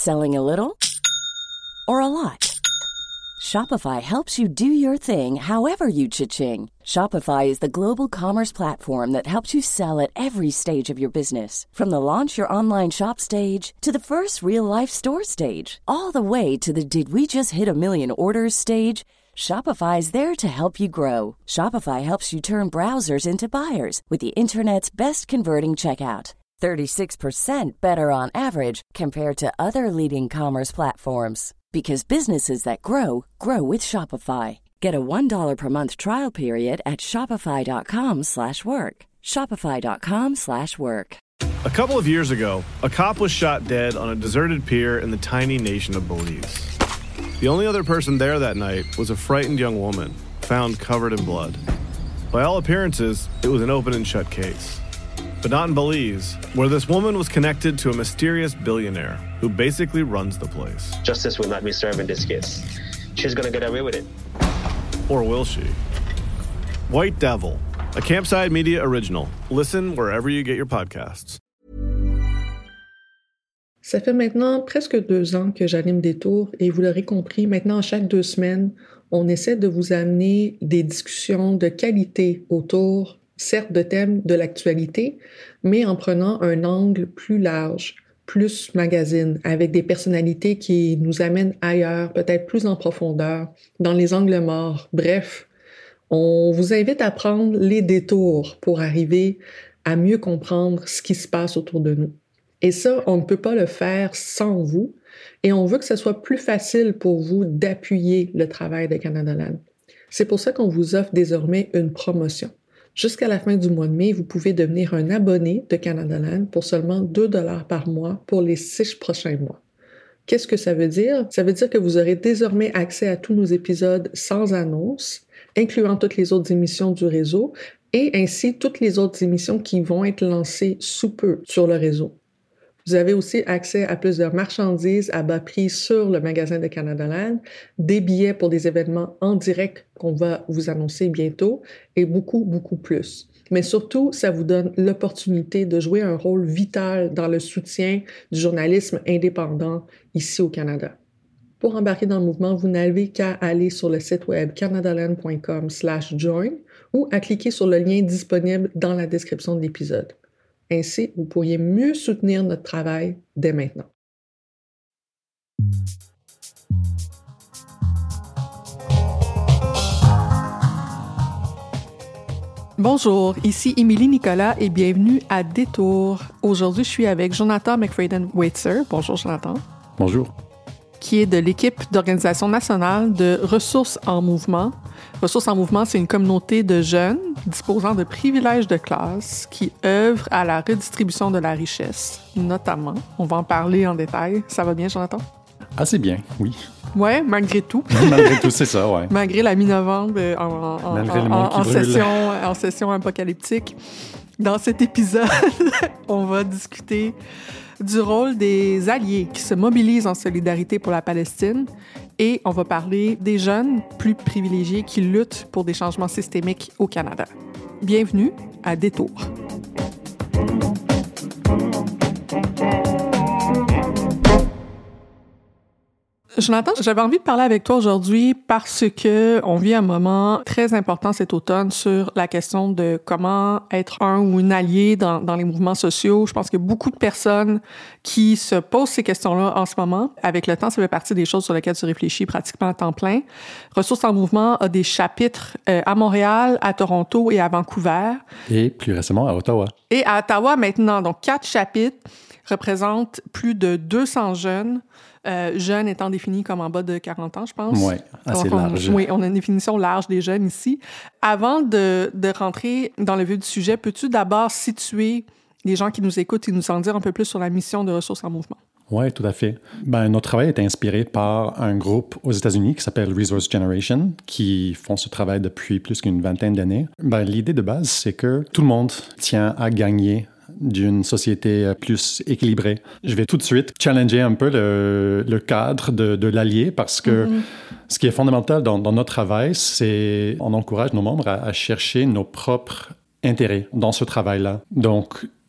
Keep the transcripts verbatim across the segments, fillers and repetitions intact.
Selling a little or a lot? Shopify helps you do your thing however you cha-ching. Shopify is the global commerce platform that helps you sell at every stage of your business. From the launch your online shop stage to the first real-life store stage, all the way to the did we just hit a million orders stage. Shopify is there to help you grow. Shopify helps you turn browsers into buyers with the internet's best converting checkout. thirty-six percent better on average compared to other leading commerce platforms. Because businesses that grow, grow with Shopify. Get a one dollar per month trial period at shopify.com slash work. Shopify.com slash work. A couple of years ago, a cop was shot dead on a deserted pier in the tiny nation of Belize. The only other person there that night was a frightened young woman, found covered in blood. By all appearances, it was an open and shut case. But not in Belize, where this woman was connected to a mysterious billionaire who basically runs the place. Justice will not be served in this case. She's gonna get away with it. Or will she? White Devil, a Campside Media original. Listen wherever you get your podcasts. Ça fait maintenant presque deux ans que j'anime Détour et vous l'aurez compris, maintenant chaque deux semaines, on essaie de vous amener des discussions de qualité autour certes de thèmes de l'actualité, mais en prenant un angle plus large, plus magazine, avec des personnalités qui nous amènent ailleurs, peut-être plus en profondeur, dans les angles morts. Bref, on vous invite à prendre les détours pour arriver à mieux comprendre ce qui se passe autour de nous. Et ça, on ne peut pas le faire sans vous, et on veut que ce soit plus facile pour vous d'appuyer le travail de Canadaland. C'est pour ça qu'on vous offre désormais une promotion. Jusqu'à la fin du mois de mai, vous pouvez devenir un abonné de Canadaland pour seulement deux dollars par mois pour les six prochains mois. Qu'est-ce que ça veut dire? Ça veut dire que vous aurez désormais accès à tous nos épisodes sans annonce, incluant toutes les autres émissions du réseau et ainsi toutes les autres émissions qui vont être lancées sous peu sur le réseau. Vous avez aussi accès à plus de marchandises à bas prix sur le magasin de Canadaland, des billets pour des événements en direct qu'on va vous annoncer bientôt et beaucoup, beaucoup plus. Mais surtout, ça vous donne l'opportunité de jouer un rôle vital dans le soutien du journalisme indépendant ici au Canada. Pour embarquer dans le mouvement, vous n'avez qu'à aller sur le site web canadaland.com slash join ou à cliquer sur le lien disponible dans la description de l'épisode. Ainsi, vous pourriez mieux soutenir notre travail dès maintenant. Bonjour, ici Émilie Nicolas et bienvenue à Détour. Aujourd'hui, je suis avec Jonathan McFadden-Waitzer. Bonjour Jonathan. Bonjour. Qui est de l'équipe d'organisation nationale de Ressources en mouvement. Ressources en mouvement, c'est une communauté de jeunes disposant de privilèges de classe qui œuvrent à la redistribution de la richesse, notamment. On va en parler en détail. Ça va bien, Jonathan? Assez bien, oui. Ouais, malgré tout. Malgré tout, c'est ça, ouais. Malgré la mi-novembre en, en, malgré en, le monde en, qui en, brûle. session, en session apocalyptique. Dans cet épisode, on va discuter du rôle des alliés qui se mobilisent en solidarité pour la Palestine et on va parler des jeunes plus privilégiés qui luttent pour des changements systémiques au Canada. Bienvenue à Détour. Jonathan, j'avais envie de parler avec toi aujourd'hui parce que on vit un moment très important cet automne sur la question de comment être un ou une allié dans, dans les mouvements sociaux. Je pense qu'il y a beaucoup de personnes qui se posent ces questions-là en ce moment. Avec le temps, ça fait partie des choses sur lesquelles tu réfléchis pratiquement à temps plein. Ressources en mouvement a des chapitres euh, à Montréal, à Toronto et à Vancouver. Et plus récemment à Ottawa. Et à Ottawa maintenant. Donc, quatre chapitres représentent plus de deux cents jeunes. Euh, jeunes étant définis comme en bas de quarante ans, je pense. Oui, assez Donc, on, large. Oui, on a une définition large des jeunes ici. Avant de, de rentrer dans le vif du sujet, peux-tu d'abord situer les gens qui nous écoutent et nous en dire un peu plus sur la mission de Ressources en mouvement? Oui, tout à fait. Ben, notre travail est inspiré par un groupe aux États-Unis qui s'appelle Resource Generation, qui font ce travail depuis plus qu'une vingtaine d'années. Ben, l'idée de base, c'est que tout le monde tient à gagner d'une société plus équilibrée. Je vais tout de suite challenger un peu le, le cadre de, de l'allié parce que mm-hmm. ce qui est fondamental dans, dans notre travail, c'est on encourage nos membres à, à chercher nos propres intérêts dans ce travail-là. Donc,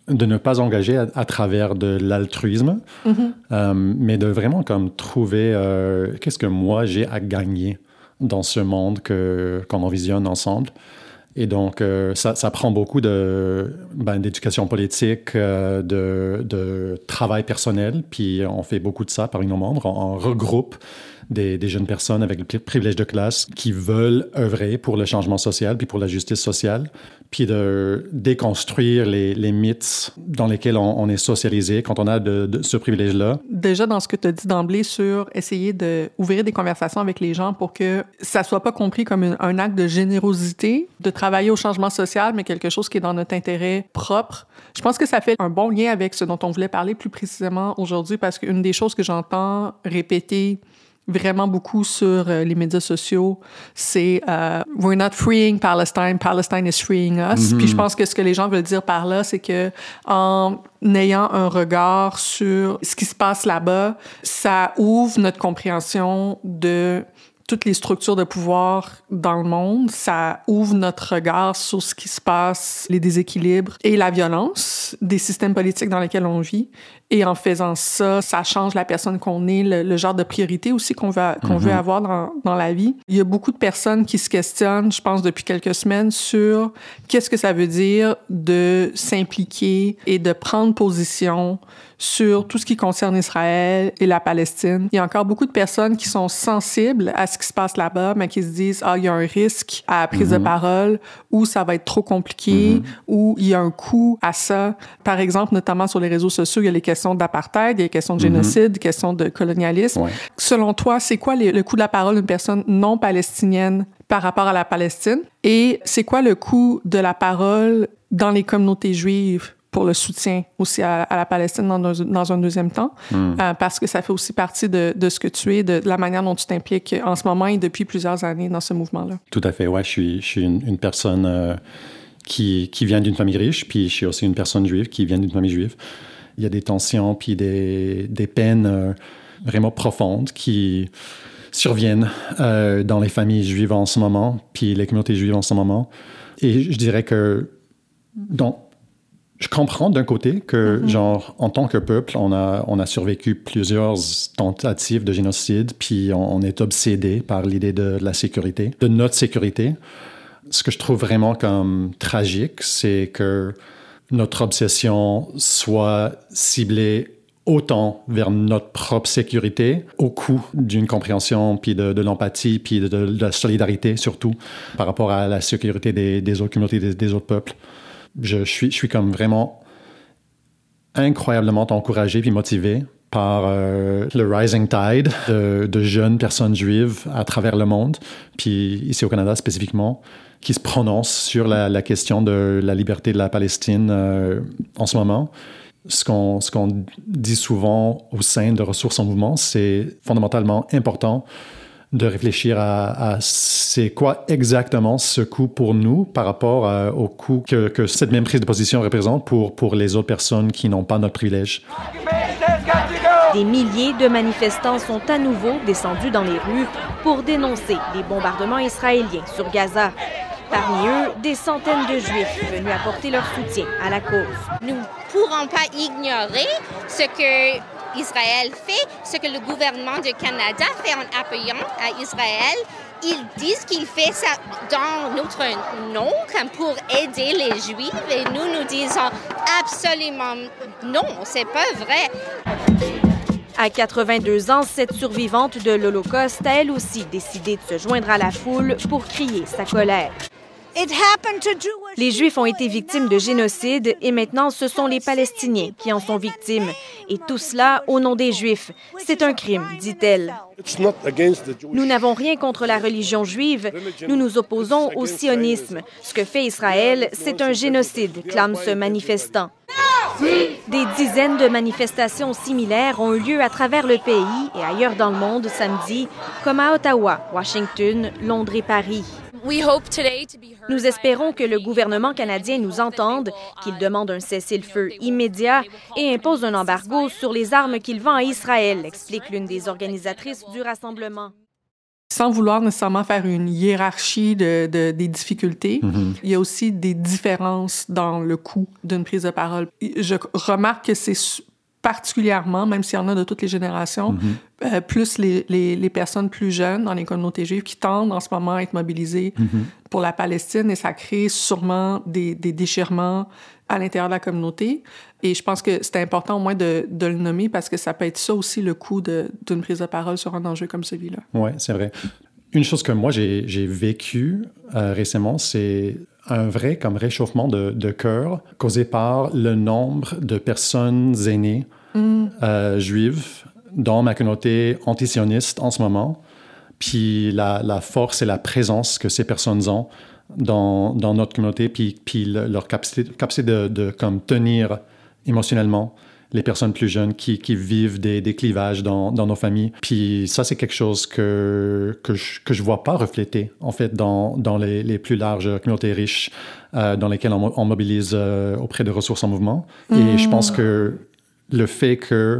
de ne pas engager à, à travers de l'altruisme, mm-hmm. euh, mais de vraiment comme trouver euh, qu'est-ce que moi j'ai à gagner dans ce monde que, qu'on envisionne ensemble. Et donc, euh, ça, ça prend beaucoup de, ben, d'éducation politique, euh, de, de travail personnel, puis on fait beaucoup de ça parmi nos membres. On, on regroupe des, des jeunes personnes avec le privilège de classe qui veulent œuvrer pour le changement social, puis pour la justice sociale, puis de déconstruire les, les mythes dans lesquels on, on est socialisé quand on a de, de ce privilège-là. Déjà, dans ce que tu as dit d'emblée sur essayer d'ouvrir des conversations avec les gens pour que ça soit pas compris comme un, un acte de générosité, de travailler au changement social, mais quelque chose qui est dans notre intérêt propre. Je pense que ça fait un bon lien avec ce dont on voulait parler plus précisément aujourd'hui, parce qu'une des choses que j'entends répéter vraiment beaucoup sur euh, les médias sociaux, c'est euh, « We're not freeing Palestine, Palestine is freeing us mm-hmm. ». Puis je pense que ce que les gens veulent dire par là, c'est que en ayant un regard sur ce qui se passe là-bas, ça ouvre notre compréhension de toutes les structures de pouvoir dans le monde, ça ouvre notre regard sur ce qui se passe, les déséquilibres et la violence des systèmes politiques dans lesquels on vit. Et en faisant ça, ça change la personne qu'on est, le, le genre de priorité aussi qu'on veut, qu'on mm-hmm. veut avoir dans, dans la vie. Il y a beaucoup de personnes qui se questionnent, je pense depuis quelques semaines, sur qu'est-ce que ça veut dire de s'impliquer et de prendre position sur tout ce qui concerne Israël et la Palestine. Il y a encore beaucoup de personnes qui sont sensibles à ce qui se passe là-bas, mais qui se disent « Ah, il y a un risque à la prise mm-hmm. de parole, ou ça va être trop compliqué, mm-hmm. ou il y a un coût à ça. » Par exemple, notamment sur les réseaux sociaux, il y a les questions d'apartheid, il y a les questions de génocide, mm-hmm. les questions de colonialisme. Ouais. Selon toi, c'est quoi les, le coût de la parole d'une personne non palestinienne par rapport à la Palestine? Et c'est quoi le coût de la parole dans les communautés juives pour le soutien aussi à, à la Palestine dans, dans un deuxième temps, mm. euh, parce que ça fait aussi partie de, de ce que tu es, de, de la manière dont tu t'impliques en ce moment et depuis plusieurs années dans ce mouvement-là. Tout à fait, ouais, je suis, je suis une, une personne euh, qui, qui vient d'une famille riche, puis je suis aussi une personne juive qui vient d'une famille juive. Il y a des tensions, puis des, des peines euh, vraiment profondes qui surviennent euh, dans les familles juives en ce moment, puis les communautés juives en ce moment. Et je dirais que, donc, je comprends d'un côté que, mm-hmm. genre, en tant que peuple, on a, on a survécu plusieurs tentatives de génocide, puis on, on est obsédé par l'idée de, de la sécurité, de notre sécurité. Ce que je trouve vraiment comme tragique, c'est que notre obsession soit ciblée autant vers notre propre sécurité au coût d'une compréhension, puis de, de l'empathie, puis de, de, de la solidarité surtout, par rapport à la sécurité des, des autres communautés, des, des autres peuples. Je, je, suis, je suis comme vraiment incroyablement encouragé puis motivé par euh, le rising tide de, de jeunes personnes juives à travers le monde, puis ici au Canada spécifiquement, qui se prononcent sur la, la question de la liberté de la Palestine euh, en ce moment. Ce qu'on, ce qu'on dit souvent au sein de Ressources en mouvement, c'est fondamentalement important de réfléchir à, à c'est quoi exactement ce coût pour nous par rapport à, au coût que, que cette même prise de position représente pour, pour les autres personnes qui n'ont pas notre privilège. Des milliers de manifestants sont à nouveau descendus dans les rues pour dénoncer les bombardements israéliens sur Gaza. Parmi eux, des centaines de Juifs venus apporter leur soutien à la cause. Nous ne pourrons pas ignorer ce que Israël fait, ce que le gouvernement du Canada fait en appuyant à Israël. Ils disent qu'il fait ça dans notre nom comme pour aider les Juifs et nous nous disons absolument non, c'est pas vrai. À quatre-vingt-deux ans, cette survivante de l'Holocauste a elle aussi décidé de se joindre à la foule pour crier sa colère. Les Juifs ont été victimes de génocide et maintenant ce sont les Palestiniens qui en sont victimes. Et tout cela au nom des Juifs. C'est un crime, dit-elle. Nous n'avons rien contre la religion juive. Nous nous opposons au sionisme. Ce que fait Israël, c'est un génocide, clame ce manifestant. Des dizaines de manifestations similaires ont eu lieu à travers le pays et ailleurs dans le monde samedi, comme à Ottawa, Washington, Londres et Paris. Nous espérons que le gouvernement canadien nous entende, qu'il demande un cessez-le-feu immédiat et impose un embargo sur les armes qu'il vend à Israël, explique l'une des organisatrices du rassemblement. Sans vouloir nécessairement faire une hiérarchie de, de, des difficultés, mm-hmm. il y a aussi des différences dans le coût d'une prise de parole. Je remarque que c'est particulièrement, même s'il y en a de toutes les générations, mm-hmm. euh, plus les, les, les personnes plus jeunes dans les communautés juives qui tendent en ce moment à être mobilisées mm-hmm. pour la Palestine, et ça crée sûrement des, des déchirements à l'intérieur de la communauté. Et je pense que c'est important au moins de, de le nommer parce que ça peut être ça aussi le coût de, d'une prise de parole sur un enjeu comme celui-là. Oui, c'est vrai. Une chose que moi, j'ai, j'ai vécu euh, récemment, c'est un vrai comme réchauffement de, de cœur causé par le nombre de personnes aînées mm. euh, juives dans ma communauté antisioniste en ce moment, puis la, la force et la présence que ces personnes ont dans, dans notre communauté, puis, puis le, leur capacité, capacité de, de comme, tenir émotionnellement les personnes plus jeunes qui, qui vivent des, des clivages dans, dans nos familles. Puis ça, c'est quelque chose que, que je que je vois pas reflété, en fait, dans, dans les, les plus larges communautés riches euh, dans lesquelles on, on mobilise euh, auprès de ressources en mouvement. Mmh. Et je pense que le fait que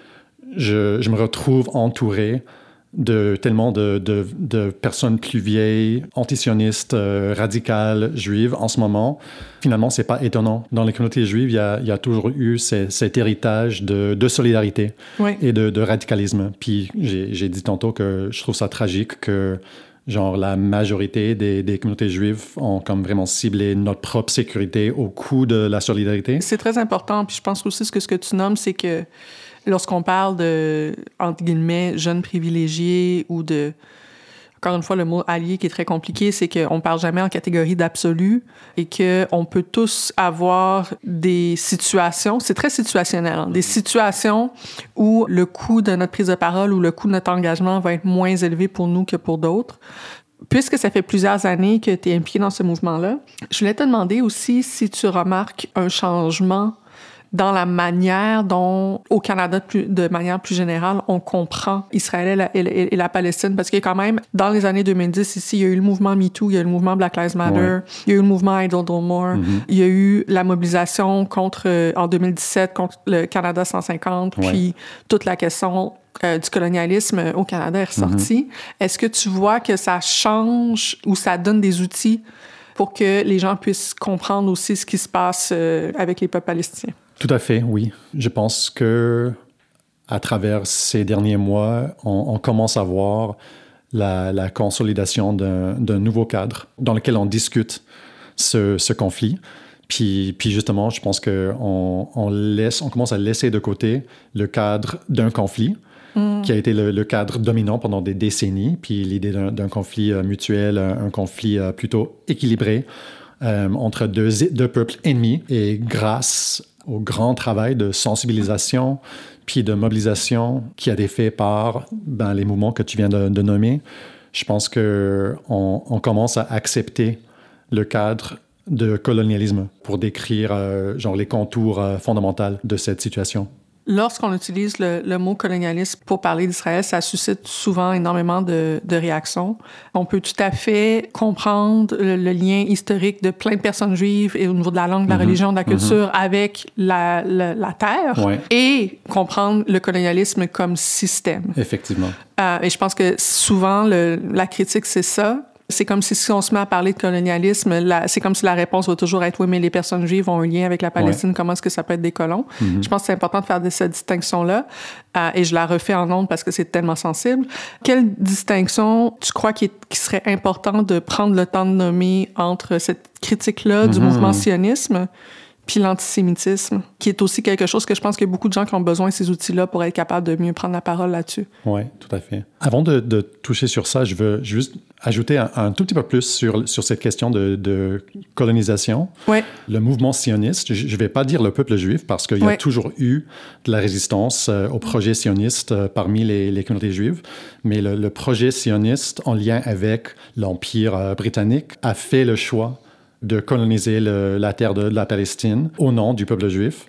je, je me retrouve entouré de tellement de, de, de personnes plus vieilles, antisionistes, euh, radicales, juives en ce moment. Finalement, c'est pas étonnant. Dans les communautés juives, il y a, il y a toujours eu ces, cet héritage de, de solidarité oui. et de, de radicalisme. Puis j'ai, j'ai dit tantôt que je trouve ça tragique que genre la majorité des, des communautés juives ont comme vraiment ciblé notre propre sécurité au coût de la solidarité. C'est très important. Puis je pense aussi que ce que tu nommes, c'est que lorsqu'on parle de, entre guillemets, jeunes privilégiés ou de, encore une fois, le mot allié qui est très compliqué, c'est qu'on ne parle jamais en catégorie d'absolu et qu'on peut tous avoir des situations, c'est très situationnel, hein, des situations où le coût de notre prise de parole ou le coût de notre engagement va être moins élevé pour nous que pour d'autres. Puisque ça fait plusieurs années que tu es impliqué dans ce mouvement-là, je voulais te demander aussi si tu remarques un changement dans la manière dont, au Canada, de, plus, de manière plus générale, on comprend Israël et la, et, et la Palestine. Parce qu'il y a quand même, dans les années deux mille dix, ici, il y a eu le mouvement MeToo, il y a eu le mouvement Black Lives Matter, ouais. il y a eu le mouvement Idle No More, mm-hmm. il y a eu la mobilisation contre, euh, en deux mille dix-sept, contre le Canada cent cinquante, ouais. puis toute la question euh, du colonialisme au Canada est ressortie. Mm-hmm. Est-ce que tu vois que ça change ou ça donne des outils pour que les gens puissent comprendre aussi ce qui se passe euh, avec les peuples palestiniens? Tout à fait, oui. Je pense que à travers ces derniers mois, on, on commence à voir la, la consolidation d'un, d'un nouveau cadre dans lequel on discute ce, ce conflit. Puis, puis justement, je pense qu'on on laisse, on commence à laisser de côté le cadre d'un conflit mm. qui a été le, le cadre dominant pendant des décennies. Puis l'idée d'un, d'un conflit euh, mutuel, un, un conflit euh, plutôt équilibré euh, entre deux, deux peuples ennemis. Et grâce au grand travail de sensibilisation puis de mobilisation qui a été fait par ben, les mouvements que tu viens de, de nommer, je pense qu'on on commence à accepter le cadre de colonialisme pour décrire euh, genre les contours euh, fondamentaux de cette situation. Lorsqu'on utilise le, le mot colonialisme pour parler d'Israël, ça suscite souvent énormément de, de réactions. On peut tout à fait comprendre le, le lien historique de plein de personnes juives et au niveau de la langue, de la mm-hmm. religion, de la culture mm-hmm. avec la, la, la terre ouais. et comprendre le colonialisme comme système. Effectivement. Euh, et je pense que souvent, le, la critique, c'est ça. C'est comme si, si on se met à parler de colonialisme, la, c'est comme si la réponse va toujours être « oui, mais les personnes juives ont un lien avec la Palestine, ouais. comment est-ce que ça peut être des colons? Mm-hmm. » Je pense que c'est important de faire de, cette distinction-là, euh, et je la refais en ondes parce que c'est tellement sensible. Quelle distinction tu crois qu'il, est, qu'il serait important de prendre le temps de nommer entre cette critique-là mm-hmm. du mouvement sionisme puis l'antisémitisme, qui est aussi quelque chose que je pense qu'il y a beaucoup de gens qui ont besoin de ces outils-là pour être capables de mieux prendre la parole là-dessus. Oui, tout à fait. Avant de, de toucher sur ça, je veux juste ajouter un, un tout petit peu plus sur, sur cette question de, de colonisation. Ouais. Le mouvement sioniste, je ne vais pas dire le peuple juif, parce qu'il y a ouais. toujours eu de la résistance euh, au projet sioniste euh, parmi les, les communautés juives, mais le, le projet sioniste, en lien avec l'Empire euh, britannique, a fait le choix de coloniser le, la terre de, de la Palestine au nom du peuple juif.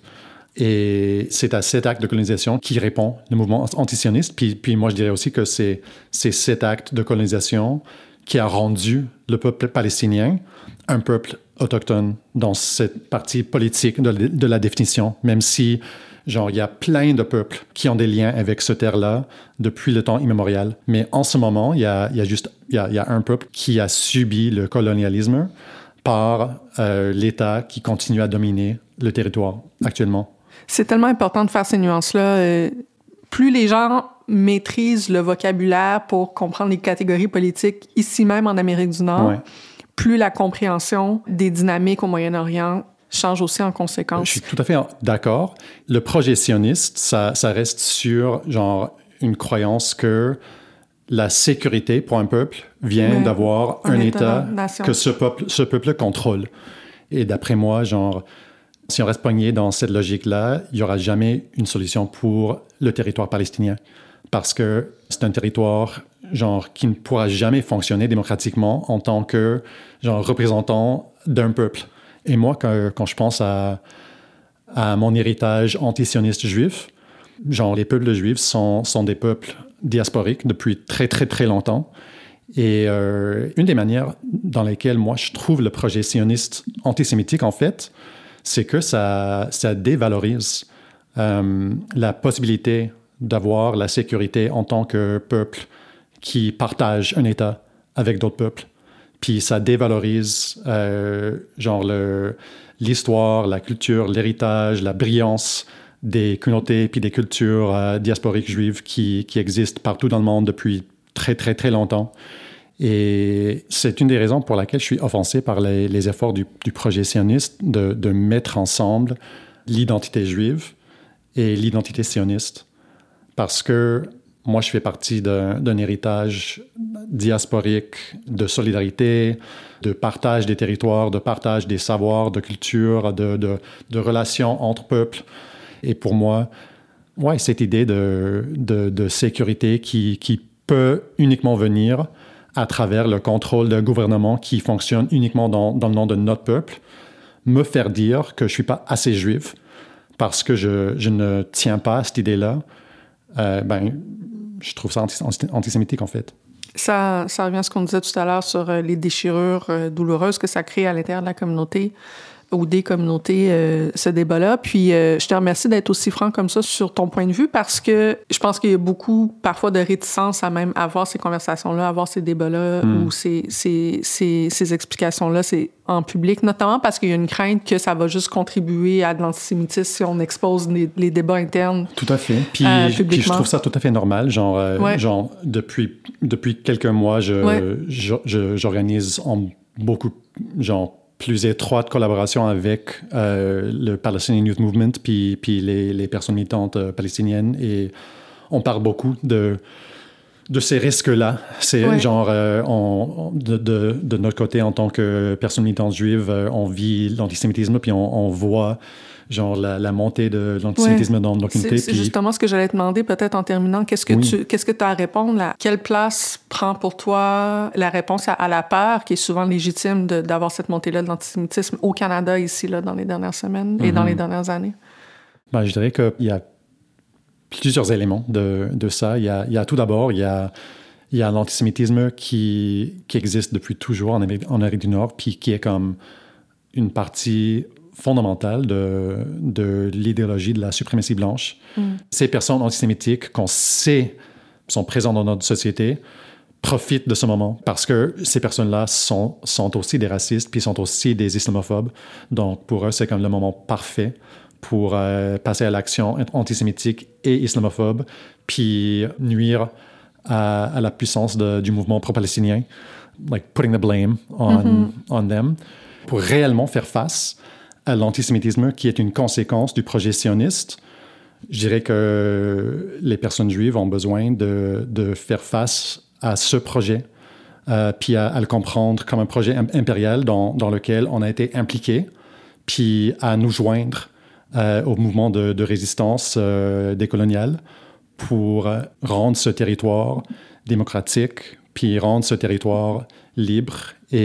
Et c'est à cet acte de colonisation qui répond le mouvement antisioniste. Puis, puis moi, je dirais aussi que c'est, c'est cet acte de colonisation qui a rendu le peuple palestinien un peuple autochtone dans cette partie politique de, de la définition, même si genre, il y a plein de peuples qui ont des liens avec ce terre-là depuis le temps immémorial. Mais en ce moment, il y a, il y a juste il y a, il y a un peuple qui a subi le colonialisme par euh, l'État qui continue à dominer le territoire actuellement. C'est tellement important de faire ces nuances-là. Euh, plus les gens maîtrisent le vocabulaire pour comprendre les catégories politiques ici même en Amérique du Nord, ouais. plus la compréhension des dynamiques au Moyen-Orient change aussi en conséquence. Je suis tout à fait d'accord. Le projet sioniste, ça, ça reste sur genre une croyance que la sécurité pour un peuple vient ouais, d'avoir un, un État, État que ce peuple, ce peuple contrôle. Et d'après moi, genre, si on reste pogné dans cette logique-là, il n'y aura jamais une solution pour le territoire palestinien. Parce que c'est un territoire genre, qui ne pourra jamais fonctionner démocratiquement en tant que genre, représentant d'un peuple. Et moi, quand, quand je pense à, à mon héritage antisioniste juif, genre les peuples juifs sont, sont des peuples diasporiques depuis très, très, très longtemps. Et euh, une des manières dans lesquelles moi, je trouve le projet sioniste antisémitique, en fait, c'est que ça, ça dévalorise euh, la possibilité d'avoir la sécurité en tant que peuple qui partage un État avec d'autres peuples. Puis ça dévalorise euh, genre le, l'histoire, la culture, l'héritage, la brillance des communautés puis des cultures euh, diasporiques juives qui, qui existent partout dans le monde depuis très, très, très longtemps. Et c'est une des raisons pour laquelle je suis offensé par les, les efforts du, du projet sioniste de, de mettre ensemble l'identité juive et l'identité sioniste. Parce que moi, je fais partie d'un, d'un héritage diasporique de solidarité, de partage des territoires, de partage des savoirs, de culture, de, de, de relations entre peuples. Et pour moi, ouais, cette idée de, de, de sécurité qui, qui peut uniquement venir à travers le contrôle d'un gouvernement qui fonctionne uniquement dans, dans le nom de notre peuple, me faire dire que je ne suis pas assez juif parce que je, je ne tiens pas à cette idée-là, euh, ben, je trouve ça anti- antisémitique, en fait. Ça, ça revient à ce qu'on disait tout à l'heure sur euh, les déchirures euh, douloureuses que ça crée à l'intérieur de la communauté ou des communautés, euh, ce débat-là. Puis, euh, je te remercie d'être aussi franc comme ça sur ton point de vue parce que je pense qu'il y a beaucoup, parfois, de réticence à même avoir ces conversations-là, avoir ces débats-là mm. ou ces, ces, ces, ces explications-là c'est en public, notamment parce qu'il y a une crainte que ça va juste contribuer à de l'antisémitisme si on expose les, les débats internes. Tout à fait. Puis, euh, puis je trouve ça tout à fait normal. Genre, euh, ouais. genre depuis, depuis quelques mois, je, ouais. je, je, j'organise en beaucoup, genre, plus étroite collaboration avec euh, le Palestinian Youth Movement puis, puis les, les personnes militantes euh, palestiniennes. Et on parle beaucoup de, de ces risques-là. C'est ouais. genre, euh, on, de, de, de notre côté, en tant que personnes militantes juives, euh, on vit l'antisémitisme puis on, on voit genre la, la montée de l'antisémitisme ouais. dans nos communautés. C'est, c'est puis... justement ce que j'allais te demander, peut-être en terminant. Qu'est-ce que oui. tu qu'est-ce que tu as à répondre là? Quelle place prend pour toi la réponse à, à la peur, qui est souvent légitime de, d'avoir cette montée-là de l'antisémitisme au Canada, ici, là, dans les dernières semaines mm-hmm. et dans les dernières années? Ben, je dirais qu'il y a plusieurs éléments de, de ça. Il y a, il y a tout d'abord, il y a, il y a l'antisémitisme qui, qui existe depuis toujours en Amérique, en Amérique du Nord, puis qui est comme une partie fondamentale de, de l'idéologie de la suprématie blanche. Mm. Ces personnes antisémitiques qu'on sait sont présentes dans notre société profitent de ce moment parce que ces personnes-là sont, sont aussi des racistes puis sont aussi des islamophobes. Donc, pour eux, c'est comme le moment parfait pour euh, passer à l'action antisémitique et islamophobe puis nuire à, à la puissance de, du mouvement pro-palestinien, like putting the blame on, mm-hmm. on them, pour réellement faire face à l'antisémitisme qui est une conséquence du projet sioniste. Je dirais que les personnes juives ont besoin de, de faire face à ce projet, euh, puis à, à le comprendre comme un projet impérial dans, dans lequel on a été impliqué, puis à nous joindre euh, au mouvement de, de résistance euh, décoloniale pour rendre ce territoire démocratique, puis rendre ce territoire libre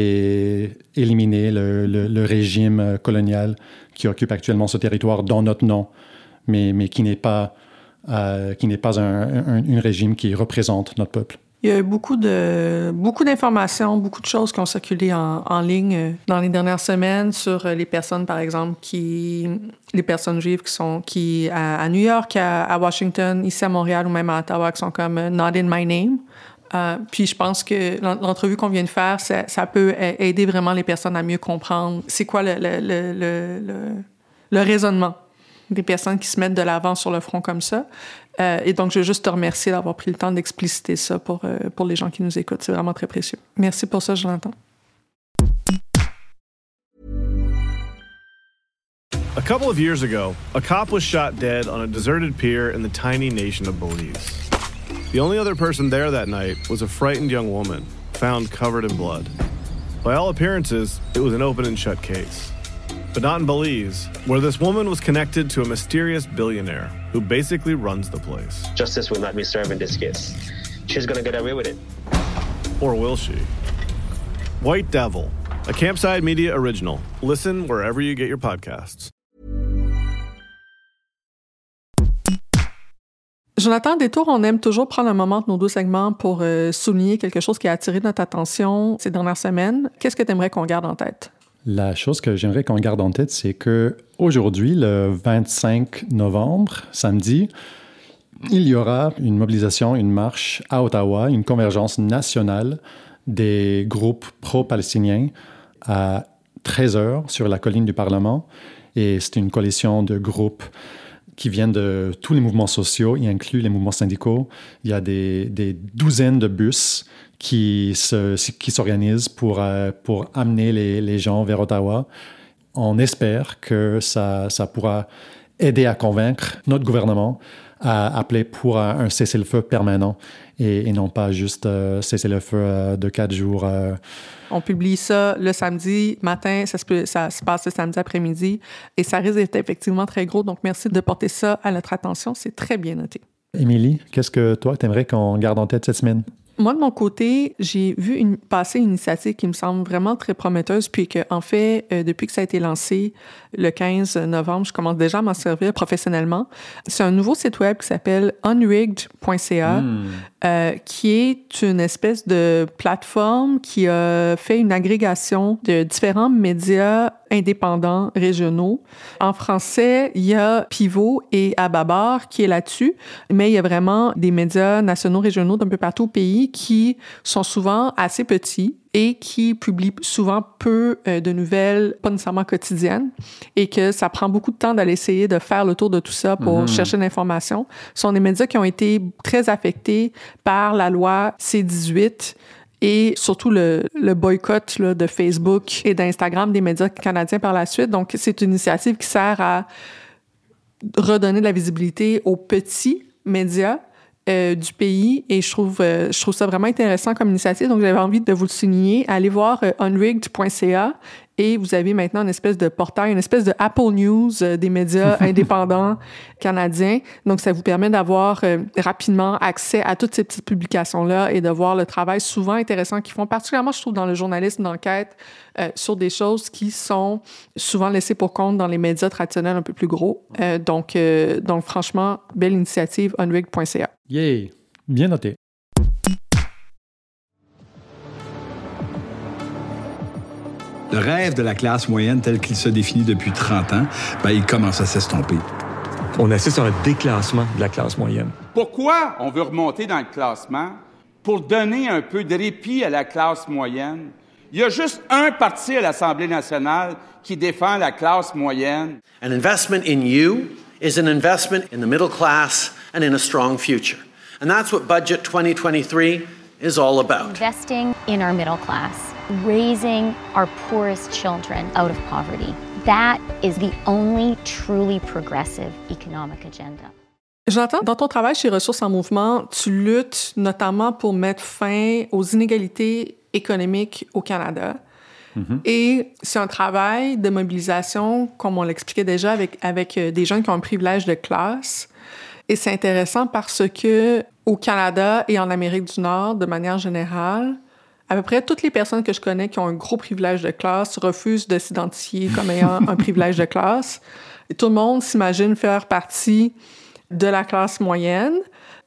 et éliminer le, le, le régime colonial qui occupe actuellement ce territoire dans notre nom, mais, mais qui n'est pas, euh, qui n'est pas un, un, un régime qui représente notre peuple. Il y a eu beaucoup de beaucoup d'informations, beaucoup de choses qui ont circulé en, en ligne dans les dernières semaines sur les personnes, par exemple, qui les personnes juives qui sont qui à, à New York, à, à Washington, ici à Montréal ou même à Ottawa, qui sont comme « not in my name ». Euh, puis je pense que l'entrevue qu'on vient de faire, ça, ça peut aider vraiment les personnes à mieux comprendre c'est quoi le, le, le, le, le, le raisonnement des personnes qui se mettent de l'avant sur le front comme ça. Euh, et donc, je veux juste te remercier d'avoir pris le temps d'expliciter ça pour, euh, pour les gens qui nous écoutent. C'est vraiment très précieux. Merci pour ça, Jonathan. A couple of years ago, a cop was shot dead on a deserted pier in the tiny nation of Belize. The only other person there that night was a frightened young woman, found covered in blood. By all appearances, it was an open and shut case. But not in Belize, where this woman was connected to a mysterious billionaire who basically runs the place. Justice will not be served in this case. She's gonna get away with it. Or will she? White Devil, a Campside Media original. Listen wherever you get your podcasts. Jonathan, Détour, on aime toujours prendre un moment de nos deux segments pour euh, souligner quelque chose qui a attiré notre attention ces dernières semaines. Qu'est-ce que tu aimerais qu'on garde en tête? La chose que j'aimerais qu'on garde en tête, c'est qu'aujourd'hui, le vingt-cinq novembre, samedi, il y aura une mobilisation, une marche à Ottawa, une convergence nationale des groupes pro-palestiniens à treize heures sur la colline du Parlement. Et c'est une coalition de groupes qui viennent de tous les mouvements sociaux, y inclut les mouvements syndicaux. Il y a des, des douzaines de bus qui, se, qui s'organisent pour, euh, pour amener les, les gens vers Ottawa. On espère que ça, ça pourra aider à convaincre notre gouvernement à appeler pour un, un cessez-le-feu permanent et, et non pas juste euh, cessez-le-feu euh, de quatre jours. Euh. On publie ça le samedi matin, ça se, peut, ça se passe le samedi après-midi et ça risque d'être effectivement très gros. Donc, merci de porter ça à notre attention. C'est très bien noté. Émilie, qu'est-ce que toi, tu aimerais qu'on garde en tête cette semaine? Moi, de mon côté, j'ai vu une, passer une initiative qui me semble vraiment très prometteuse, puis que, en fait, euh, depuis que ça a été lancé le quinze novembre, je commence déjà à m'en servir professionnellement. C'est un nouveau site web qui s'appelle unrigged point c a, mmh. euh, qui est une espèce de plateforme qui a fait une agrégation de différents médias indépendants régionaux. En français, il y a Pivot et Ababar qui est là-dessus, mais il y a vraiment des médias nationaux, régionaux d'un peu partout au pays qui sont souvent assez petits et qui publient souvent peu euh, de nouvelles, pas nécessairement quotidiennes, et que ça prend beaucoup de temps d'aller essayer de faire le tour de tout ça pour mm-hmm. chercher l'information. Ce sont des médias qui ont été très affectés par la loi C dix-huit et surtout le, le boycott là, de Facebook et d'Instagram des médias canadiens par la suite. Donc, c'est une initiative qui sert à redonner de la visibilité aux petits médias Euh, du pays et je trouve, euh, je trouve ça vraiment intéressant comme initiative. Donc, j'avais envie de vous le souligner. Allez voir euh, unrigged point c a et vous avez maintenant une espèce de portail, une espèce de Apple News euh, des médias indépendants canadiens. Donc, ça vous permet d'avoir euh, rapidement accès à toutes ces petites publications-là et de voir le travail souvent intéressant qu'ils font, particulièrement, je trouve, dans le journalisme d'enquête euh, sur des choses qui sont souvent laissées pour compte dans les médias traditionnels un peu plus gros. Euh, donc, euh, donc, franchement, belle initiative, unrigged point c a. Yay! Bien noté. Le rêve de la classe moyenne tel qu'il se définit depuis trente ans, ben, il commence à s'estomper. On assiste à un déclassement de la classe moyenne. Pourquoi on veut remonter dans le classement? Pour donner un peu de répit à la classe moyenne. Il y a juste un parti à l'Assemblée nationale qui défend la classe moyenne. An investment in you is an investment in the middle class and in a strong future. And that's what Budget twenty twenty-three is all about. Investing in our middle class, raising our poorest children out of poverty. That is the only truly progressive economic agenda. J'entends, dans ton travail chez Ressources en mouvement, tu luttes notamment pour mettre fin aux inégalités économiques au Canada. Mm-hmm. Et c'est un travail de mobilisation, comme on l'expliquait déjà, avec, avec des jeunes qui ont un privilège de classe. Et c'est intéressant parce que au Canada et en Amérique du Nord, de manière générale, à peu près toutes les personnes que je connais qui ont un gros privilège de classe refusent de s'identifier comme ayant un privilège de classe. Et tout le monde s'imagine faire partie de la classe moyenne.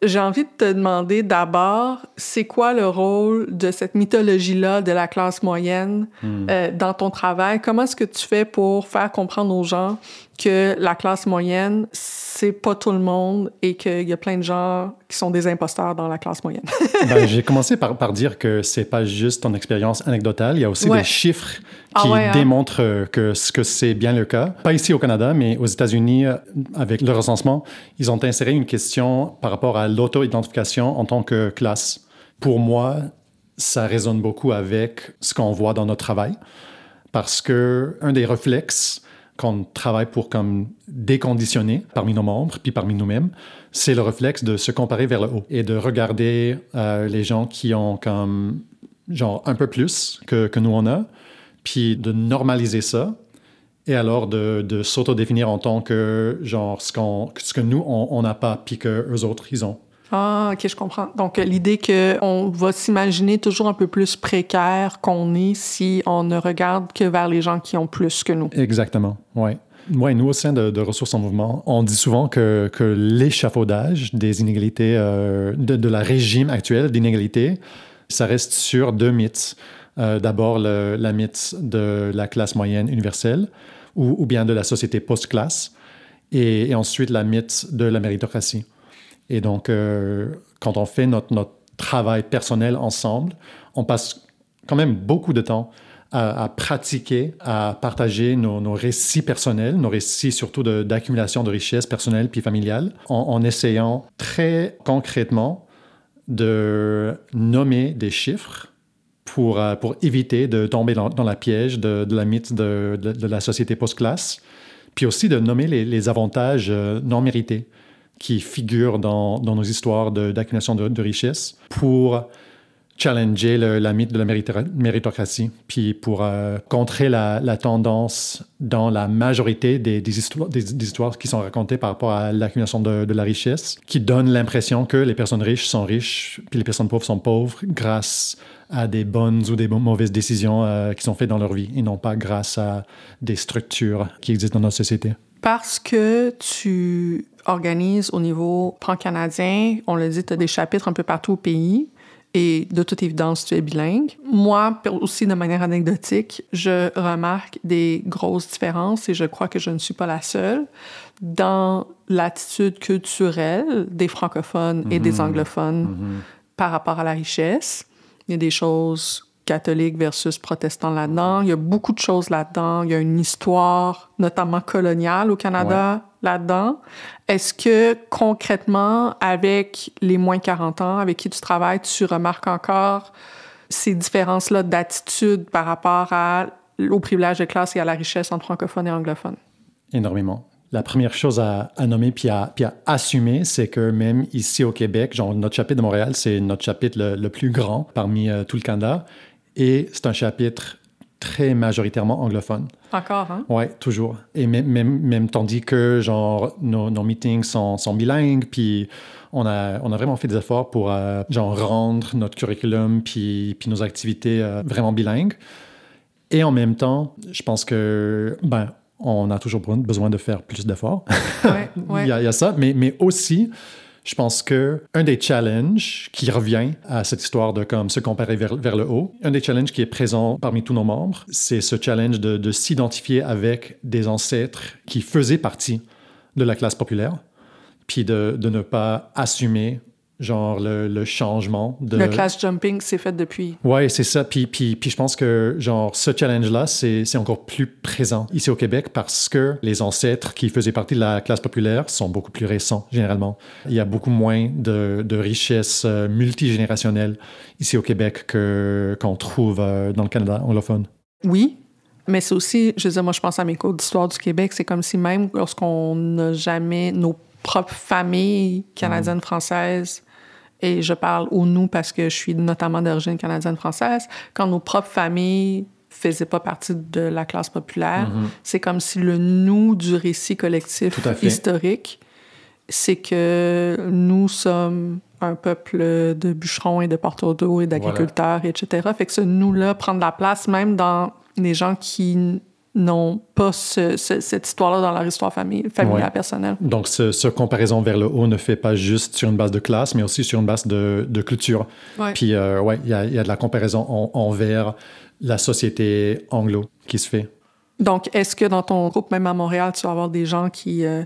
J'ai envie de te demander d'abord, c'est quoi le rôle de cette mythologie-là de la classe moyenne mm. euh, dans ton travail? Comment est-ce que tu fais pour faire comprendre aux gens que la classe moyenne, c'est pas tout le monde et qu'il y a plein de gens qui sont des imposteurs dans la classe moyenne? Ben, j'ai commencé par, par dire que c'est pas juste ton expérience anecdotale, il y a aussi ouais. des chiffres qui ah ouais, hein? démontrent que, que c'est bien le cas. Pas ici au Canada, mais aux États-Unis, avec le recensement, ils ont inséré une question par rapport à l'auto-identification en tant que classe. Pour moi, ça résonne beaucoup avec ce qu'on voit dans notre travail, parce que un des réflexes qu'on travaille pour comme déconditionner parmi nos membres puis parmi nous-mêmes, c'est le réflexe de se comparer vers le haut et de regarder euh, les gens qui ont comme genre un peu plus que, que nous on a, puis de normaliser ça et alors de, de s'auto-définir en tant que genre ce, qu'on, ce que nous on n'a pas puis que eux autres ils ont. Ah, OK, je comprends. Donc, l'idée qu'on va s'imaginer toujours un peu plus précaire qu'on est si on ne regarde que vers les gens qui ont plus que nous. Exactement, oui. Oui, nous, au sein de, de Ressources en mouvement, on dit souvent que, que l'échafaudage des inégalités, euh, de, de la régime actuel d'inégalité, ça reste sur deux mythes. Euh, d'abord, le, la mythe de la classe moyenne universelle ou, ou bien de la société post-classe, et, et ensuite la mythe de la méritocratie. Et donc, euh, quand on fait notre, notre travail personnel ensemble, on passe quand même beaucoup de temps à, à pratiquer, à partager nos, nos récits personnels, nos récits surtout de, d'accumulation de richesses personnelles puis familiales, en, en essayant très concrètement de nommer des chiffres pour, euh, pour éviter de tomber dans, dans la piège de, de la mythe de, de, de la société post-classe, puis aussi de nommer les, les avantages euh, non mérités qui figurent dans, dans nos histoires de, d'accumulation de, de richesses pour challenger le, la mythe de la méritocratie, puis pour euh, contrer la, la tendance dans la majorité des, des, histoires, des, des histoires qui sont racontées par rapport à l'accumulation de, de la richesse, qui donnent l'impression que les personnes riches sont riches, puis les personnes pauvres sont pauvres grâce à des bonnes ou des mauvaises décisions euh, qui sont faites dans leur vie, et non pas grâce à des structures qui existent dans notre société. Parce que tu organises au niveau pan-canadien, on l'a dit, tu as des chapitres un peu partout au pays et de toute évidence, tu es bilingue. Moi, aussi de manière anecdotique, je remarque des grosses différences et je crois que je ne suis pas la seule dans l'attitude culturelle des francophones mm-hmm. et des anglophones mm-hmm. par rapport à la richesse. Il y a des choses catholique versus protestant là-dedans. Il y a beaucoup de choses là-dedans. Il y a une histoire, notamment coloniale au Canada, ouais. là-dedans. Est-ce que, concrètement, avec les moins quarante ans avec qui tu travailles, tu remarques encore ces différences-là d'attitude par rapport à, au privilège de classe et à la richesse entre francophones et anglophones? Énormément. La première chose à, à nommer puis à, puis à assumer, c'est que même ici au Québec, genre notre chapitre de Montréal, c'est notre chapitre le, le plus grand parmi euh, tout le Canada. Et c'est un chapitre très majoritairement anglophone. Encore, hein? Oui, toujours. Et même, même, même tandis que, genre, nos, nos meetings sont, sont bilingues, puis on a, on a vraiment fait des efforts pour, euh, genre, rendre notre curriculum puis, puis nos activités euh, vraiment bilingues. Et en même temps, je pense que, ben, on a toujours besoin de faire plus d'efforts. Ouais, ouais. il, y a, il y a ça, mais, mais aussi... Je pense qu'un des challenges qui revient à cette histoire de comme, se comparer vers, vers le haut, un des challenges qui est présent parmi tous nos membres, c'est ce challenge de, de s'identifier avec des ancêtres qui faisaient partie de la classe populaire, puis de, de ne pas assumer genre le, le changement de... Le class jumping, c'est fait depuis. Oui, c'est ça. Puis, puis, puis je pense que genre ce challenge-là, c'est, c'est encore plus présent ici au Québec parce que les ancêtres qui faisaient partie de la classe populaire sont beaucoup plus récents, généralement. Il y a beaucoup moins de, de richesses euh, multigénérationnelles ici au Québec que, qu'on trouve euh, dans le Canada anglophone. Oui, mais c'est aussi, je veux dire, moi, je pense à mes cours d'histoire du Québec, c'est comme si même lorsqu'on n'a jamais nos propres familles canadiennes, mmh. françaises, et je parle au nous parce que je suis notamment d'origine canadienne-française, quand nos propres familles faisaient pas partie de la classe populaire, mm-hmm. c'est comme si le nous du récit collectif historique, c'est que nous sommes un peuple de bûcherons et de porteurs d'eau et d'agriculteurs, voilà. et cetera. Fait que ce nous-là prend de la place même dans les gens qui n'ont pas ce, ce, cette histoire-là dans leur histoire famille, familiale ouais. personnelle. Donc, ce, ce comparaison vers le haut ne fait pas juste sur une base de classe, mais aussi sur une base de, de culture. Ouais. Puis, euh, ouais, il y a, y a de la comparaison en, envers la société anglo qui se fait. Donc, est-ce que dans ton groupe, même à Montréal, tu vas avoir des gens qui... Euh,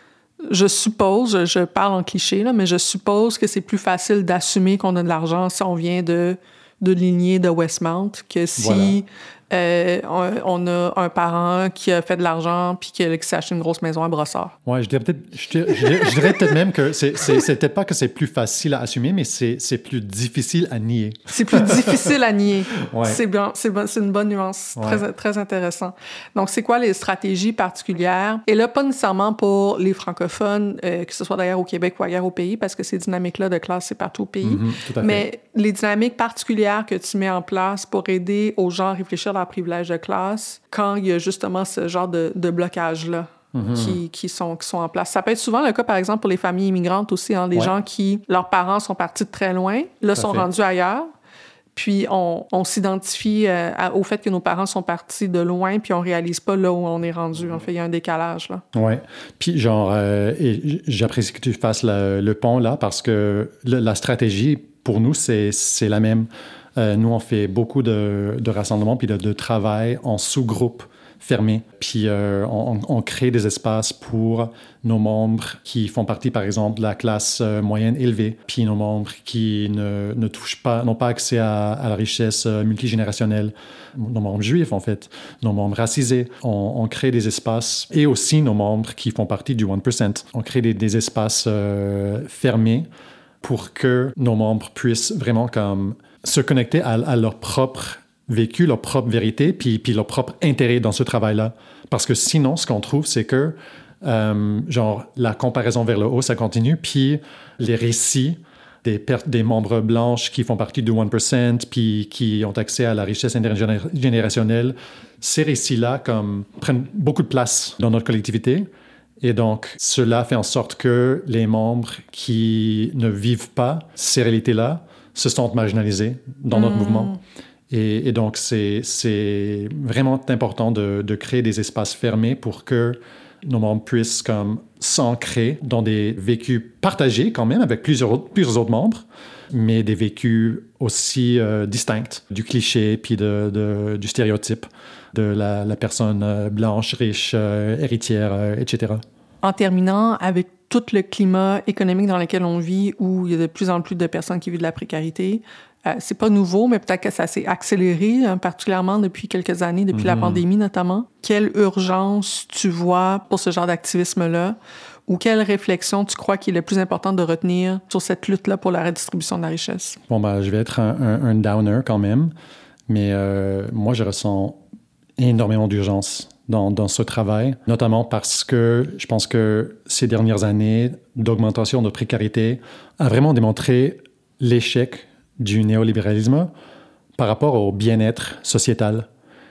je suppose, je, je parle en cliché, là, mais je suppose que c'est plus facile d'assumer qu'on a de l'argent si on vient de, de lignée de Westmount que si... Voilà. Euh, on, on a un parent qui a fait de l'argent puis qui, qui s'est acheté une grosse maison à Brossard. Oui, je dirais peut-être, je dirais, je dirais, je dirais peut-être même que c'est, c'est, c'est peut-être pas que c'est plus facile à assumer, mais c'est, c'est plus difficile à nier. C'est plus difficile à nier. Ouais. C'est bien, c'est, bon, c'est une bonne nuance. Ouais. Très, très intéressant. Donc, c'est quoi les stratégies particulières? Et là, pas nécessairement pour les francophones, euh, que ce soit d'ailleurs au Québec ou ailleurs au pays, parce que ces dynamiques-là de classe, c'est partout au pays. Mm-hmm, tout à fait. Mais les dynamiques particulières que tu mets en place pour aider aux gens à réfléchir à leur privilège de classe quand il y a justement ce genre de, de blocage-là mm-hmm. qui, qui, sont, qui sont en place. Ça peut être souvent le cas, par exemple, pour les familles immigrantes aussi, hein, des ouais. gens qui, leurs parents sont partis de très loin, là, sont fait. rendus ailleurs, puis on, on s'identifie euh, à, au fait que nos parents sont partis de loin, puis on réalise pas là où on est rendu. En fait, il y a un décalage, là. Oui. Puis, genre, euh, et j'apprécie que tu fasses le, le pont, là, parce que le, la stratégie, pour nous, c'est, c'est la même. Euh, nous, on fait beaucoup de, de rassemblements puis de, de travail en sous-groupes fermés. Puis euh, on, on crée des espaces pour nos membres qui font partie, par exemple, de la classe euh, moyenne élevée, puis nos membres qui ne, ne touchent pas, n'ont pas accès à, à la richesse euh, multigénérationnelle, nos membres juifs, en fait, nos membres racisés. On, on crée des espaces, et aussi nos membres qui font partie du one percent. On crée des, des espaces euh, fermés pour que nos membres puissent vraiment comme se connecter à, à leur propre vécu, leur propre vérité, puis, puis leur propre intérêt dans ce travail-là. Parce que sinon, ce qu'on trouve, c'est que, euh, genre, la comparaison vers le haut, ça continue, puis les récits des, per- des membres blanches qui font partie du one percent, puis qui ont accès à la richesse intergénérationnelle, ces récits-là, comme, prennent beaucoup de place dans notre collectivité. Et donc, cela fait en sorte que les membres qui ne vivent pas ces réalités-là se sentent marginalisés dans notre mmh. mouvement. Et, et donc, c'est, c'est vraiment important de, de créer des espaces fermés pour que nos membres puissent comme s'ancrer dans des vécus partagés quand même avec plusieurs autres, plusieurs autres membres, mais des vécus aussi euh, distincts du cliché puis de, de, du stéréotype de la, la personne euh, blanche, riche, euh, héritière, euh, et cetera. En terminant, avec tout le climat économique dans lequel on vit, où il y a de plus en plus de personnes qui vivent de la précarité, euh, c'est pas nouveau, mais peut-être que ça s'est accéléré, hein, particulièrement depuis quelques années, depuis mm-hmm. la pandémie notamment. Quelle urgence tu vois pour ce genre d'activisme-là, ou quelle réflexion tu crois qu'il est le plus important de retenir sur cette lutte-là pour la redistribution de la richesse? Bon, ben, je vais être un, un, un downer quand même, mais euh, moi, je ressens énormément d'urgence dans, dans ce travail, notamment parce que je pense que ces dernières années d'augmentation de précarité a vraiment démontré l'échec du néolibéralisme par rapport au bien-être sociétal.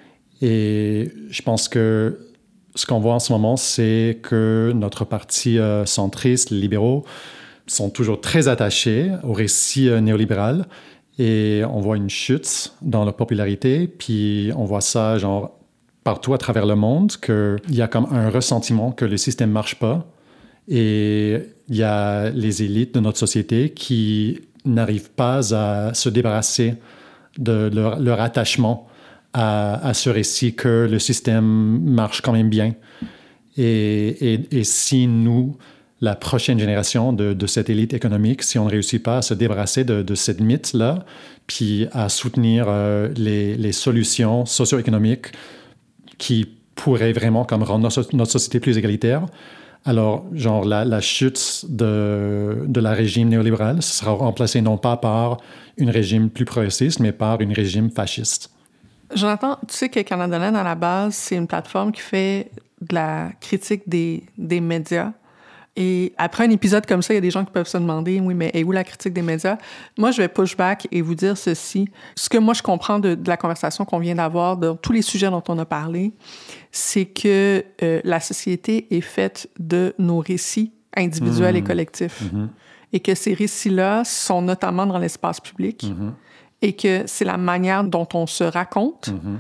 Et je pense que ce qu'on voit en ce moment, c'est que notre parti euh, centriste, les libéraux, sont toujours très attachés au récit euh, néolibéral et on voit une chute dans leur popularité, puis on voit ça genre partout à travers le monde, qu'il y a comme un ressentiment que le système ne marche pas. Et il y a les élites de notre société qui n'arrivent pas à se débarrasser de leur, leur attachement à, à ce récit que le système marche quand même bien. Et, et, et si nous, la prochaine génération de, de cette élite économique, si on ne réussit pas à se débarrasser de, de cette mythe-là, puis à soutenir euh, les, les solutions socio-économiques qui pourrait vraiment comme rendre notre, notre société plus égalitaire. Alors, genre, la, la chute de, de la régime néolibéral sera remplacée non pas par un régime plus progressiste, mais par un régime fasciste. Jonathan, tu sais que Canadaland, à la base, c'est une plateforme qui fait de la critique des, des médias. Et après un épisode comme ça, il y a des gens qui peuvent se demander, oui, mais est où la critique des médias? Moi, je vais push back et vous dire ceci. Ce que moi, je comprends de, de la conversation qu'on vient d'avoir, de tous les sujets dont on a parlé, c'est que euh, la société est faite de nos récits individuels mmh. et collectifs. Mmh. Et que ces récits-là sont notamment dans l'espace public. Mmh. Et que c'est la manière dont on se raconte mmh.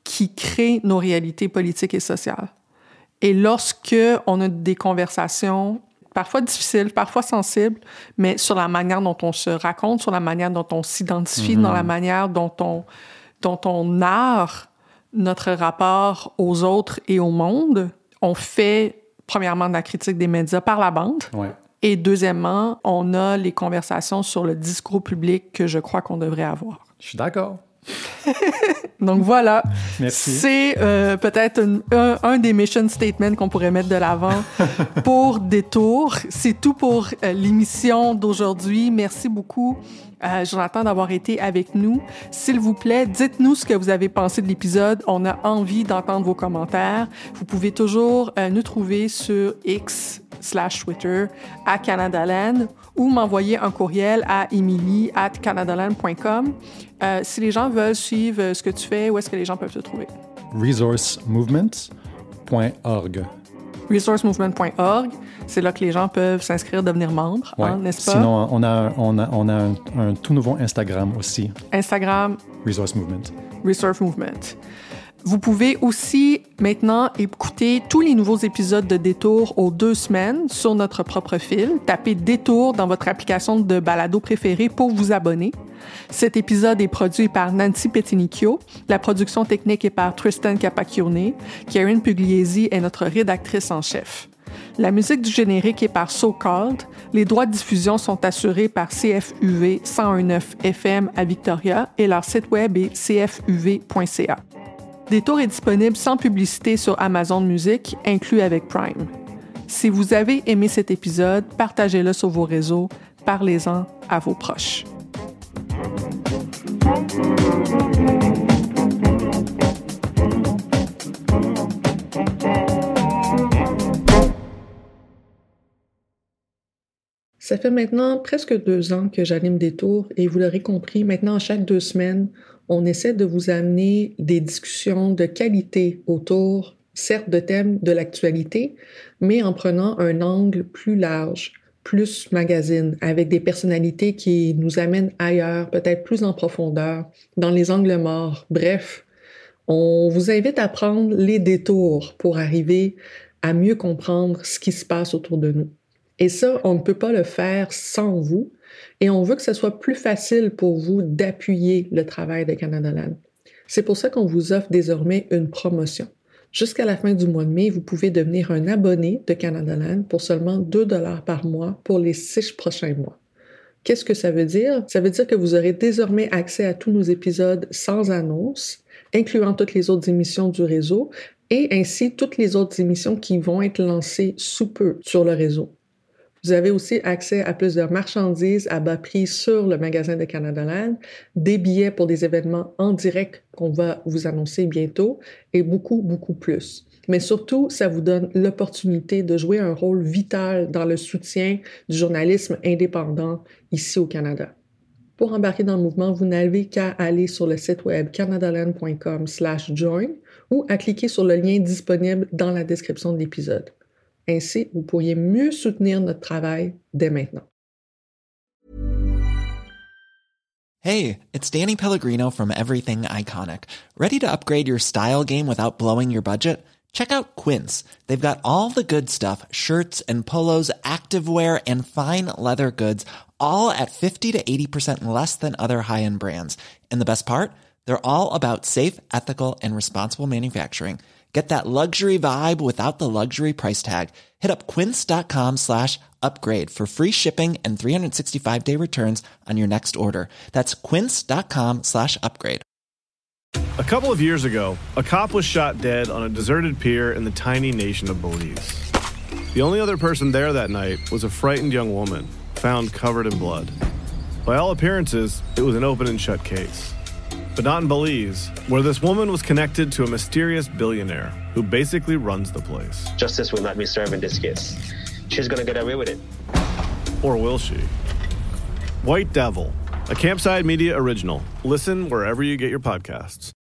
qui crée nos réalités politiques et sociales. Et lorsque on a des conversations parfois difficiles, parfois sensibles, mais sur la manière dont on se raconte, sur la manière dont on s'identifie, mm-hmm. dans la manière dont on, dont on narre notre rapport aux autres et au monde, on fait, premièrement, de la critique des médias par la bande. Ouais. Et deuxièmement, on a les conversations sur le discours public que je crois qu'on devrait avoir. Je suis d'accord. Donc voilà, Merci. C'est euh, peut-être un, un, un des mission statements qu'on pourrait mettre de l'avant pour Détour. C'est tout pour euh, l'émission d'aujourd'hui. Merci beaucoup, euh, Jonathan, d'avoir été avec nous. S'il vous plaît, dites-nous ce que vous avez pensé de l'épisode. On a envie d'entendre vos commentaires. Vous pouvez toujours euh, nous trouver sur X slash Twitter à Canadaland ou m'envoyer un courriel à emily at canadaland point com. Euh, si les gens veulent suivre ce que tu fais, où est-ce que les gens peuvent te trouver? resource movement point org. resource movement point org. C'est là que les gens peuvent s'inscrire, devenir membres, ouais. hein, n'est-ce pas? Sinon, on a, on a, on a un, un tout nouveau Instagram aussi. Instagram. Resource Movement. Resource Movement. Vous pouvez aussi maintenant écouter tous les nouveaux épisodes de Détour aux deux semaines sur notre propre fil. Tapez Détour dans votre application de balado préférée pour vous abonner. Cet épisode est produit par Nancy Petinicchio. La production technique est par Tristan Capacchione. Karen Pugliese est notre rédactrice en chef. La musique du générique est par So Called. Les droits de diffusion sont assurés par C F U V cent un virgule neuf F M à Victoria et leur site web est c f u v point c a. Détour est disponible sans publicité sur Amazon Music, inclus avec Prime. Si vous avez aimé cet épisode, partagez-le sur vos réseaux, parlez-en à vos proches. Ça fait maintenant presque deux ans que j'anime Détour et vous l'aurez compris, maintenant, chaque deux semaines, on essaie de vous amener des discussions de qualité autour, certes, de thèmes de l'actualité, mais en prenant un angle plus large, plus magazine, avec des personnalités qui nous amènent ailleurs, peut-être plus en profondeur, dans les angles morts. Bref, on vous invite à prendre les détours pour arriver à mieux comprendre ce qui se passe autour de nous. Et ça, on ne peut pas le faire sans vous. Et on veut que ce soit plus facile pour vous d'appuyer le travail de Canadaland. C'est pour ça qu'on vous offre désormais une promotion. Jusqu'à la fin du mois de mai, vous pouvez devenir un abonné de Canadaland pour seulement deux dollars par mois pour les six prochains mois. Qu'est-ce que ça veut dire? Ça veut dire que vous aurez désormais accès à tous nos épisodes sans annonce, incluant toutes les autres émissions du réseau et ainsi toutes les autres émissions qui vont être lancées sous peu sur le réseau. Vous avez aussi accès à plus de marchandises à bas prix sur le magasin de Canadaland, des billets pour des événements en direct qu'on va vous annoncer bientôt et beaucoup, beaucoup plus. Mais surtout, ça vous donne l'opportunité de jouer un rôle vital dans le soutien du journalisme indépendant ici au Canada. Pour embarquer dans le mouvement, vous n'avez qu'à aller sur le site web canadaland point com slash join ou à cliquer sur le lien disponible dans la description de l'épisode. Ainsi, vous pourriez mieux soutenir notre travail dès maintenant. Hey, it's Danny Pellegrino from Everything Iconic. Ready to upgrade your style game without blowing your budget? Check out Quince. They've got all the good stuff, shirts and polos, activewear, and fine leather goods, all at fifty to eighty percent less than other high-end brands. And the best part? They're all about safe, ethical, and responsible manufacturing. Get that luxury vibe without the luxury price tag. Hit up quince.com slash upgrade for free shipping and three sixty-five day returns on your next order. That's quince.com slash upgrade. A couple of years ago, a cop was shot dead on a deserted pier in the tiny nation of Belize. The only other person there that night was a frightened young woman, found covered in blood. By all appearances, it was an open and shut case. But not in Belize, where this woman was connected to a mysterious billionaire who basically runs the place. Justice will not be served in this case. She's gonna get away with it. Or will she? White Devil, a Campside Media original. Listen wherever you get your podcasts.